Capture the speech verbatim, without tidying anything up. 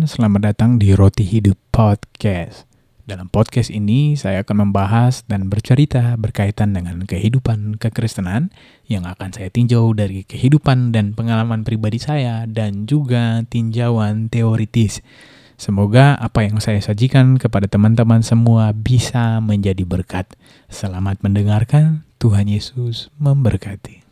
selamat datang di Roti Hidup Podcast. Dalam podcast ini, saya akan membahas dan bercerita berkaitan dengan kehidupan kekristenan yang akan saya tinjau dari kehidupan dan pengalaman pribadi saya dan juga tinjauan teoritis. Semoga apa yang saya sajikan kepada teman-teman semua bisa menjadi berkat. Selamat mendengarkan, Tuhan Yesus memberkati.